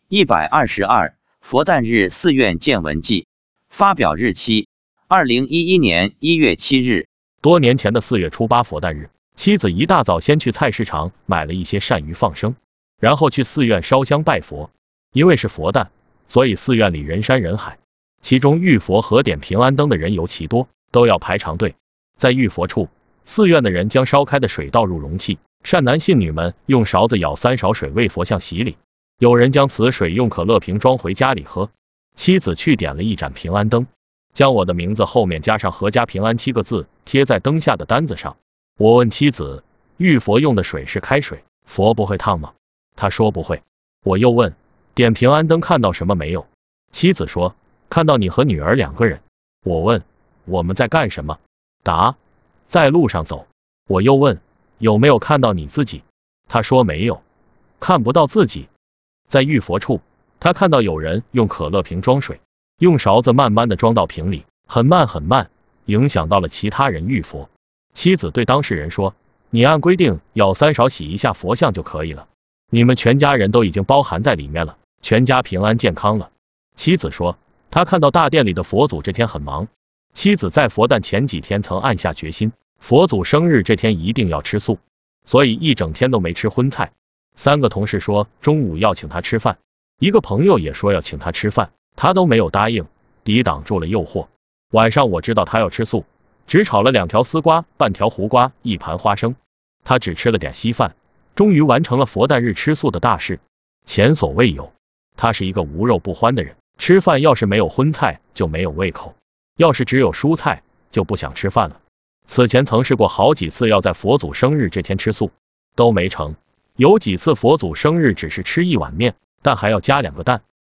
122佛诞日寺院见闻记，发表日期2011年1月7日。 多年前的4月初8佛诞日，妻子一大早先去菜市场买了一些鳝鱼放生，然后去寺院烧香拜佛。因为是佛诞，所以寺院里人山人海，其中浴佛和点平安灯的人尤其多，都要排长队。在浴佛处，寺院的人将烧开的水倒入容器，善男信女们用勺子舀3勺水为佛像洗礼，有人将此水用可乐瓶装回家里喝。妻子去点了一盏平安灯，将我的名字后面加上阖家平安7个字贴在灯下的单子上。我问妻子，浴佛用的水是开水，佛不会烫吗？她说不会。我又问，点平安灯看到什么没有？妻子说，看到你和女儿2个人。我问，我们在干什么？答，在路上走。我又问，有没有看到你自己？她说没有，看不到自己。在浴佛处，他看到有人用可乐瓶装水，用勺子慢慢的装到瓶里，很慢很慢，影响到了其他人浴佛。妻子对当事人说，你按规定舀3勺洗一下佛像就可以了，你们全家人都已经包含在里面了，全家平安健康了。妻子说，他看到大殿里的佛祖这天很忙。妻子在佛诞前几天曾暗下决心，佛祖生日这天一定要吃素，所以一整天都没吃荤菜。3个同事说中午要请他吃饭，一个朋友也说要请他吃饭，他都没有答应，抵挡住了诱惑。晚上我知道他要吃素，只炒了2条丝瓜、半条胡瓜、1盘花生，他只吃了点稀饭，终于完成了佛诞日吃素的大事，前所未有。他是一个无肉不欢的人，吃饭要是没有荤菜就没有胃口，要是只有蔬菜就不想吃饭了。此前曾试过好几次要在佛祖生日这天吃素，都没成。有几次佛祖生日只是吃1碗面，但还要加2个蛋。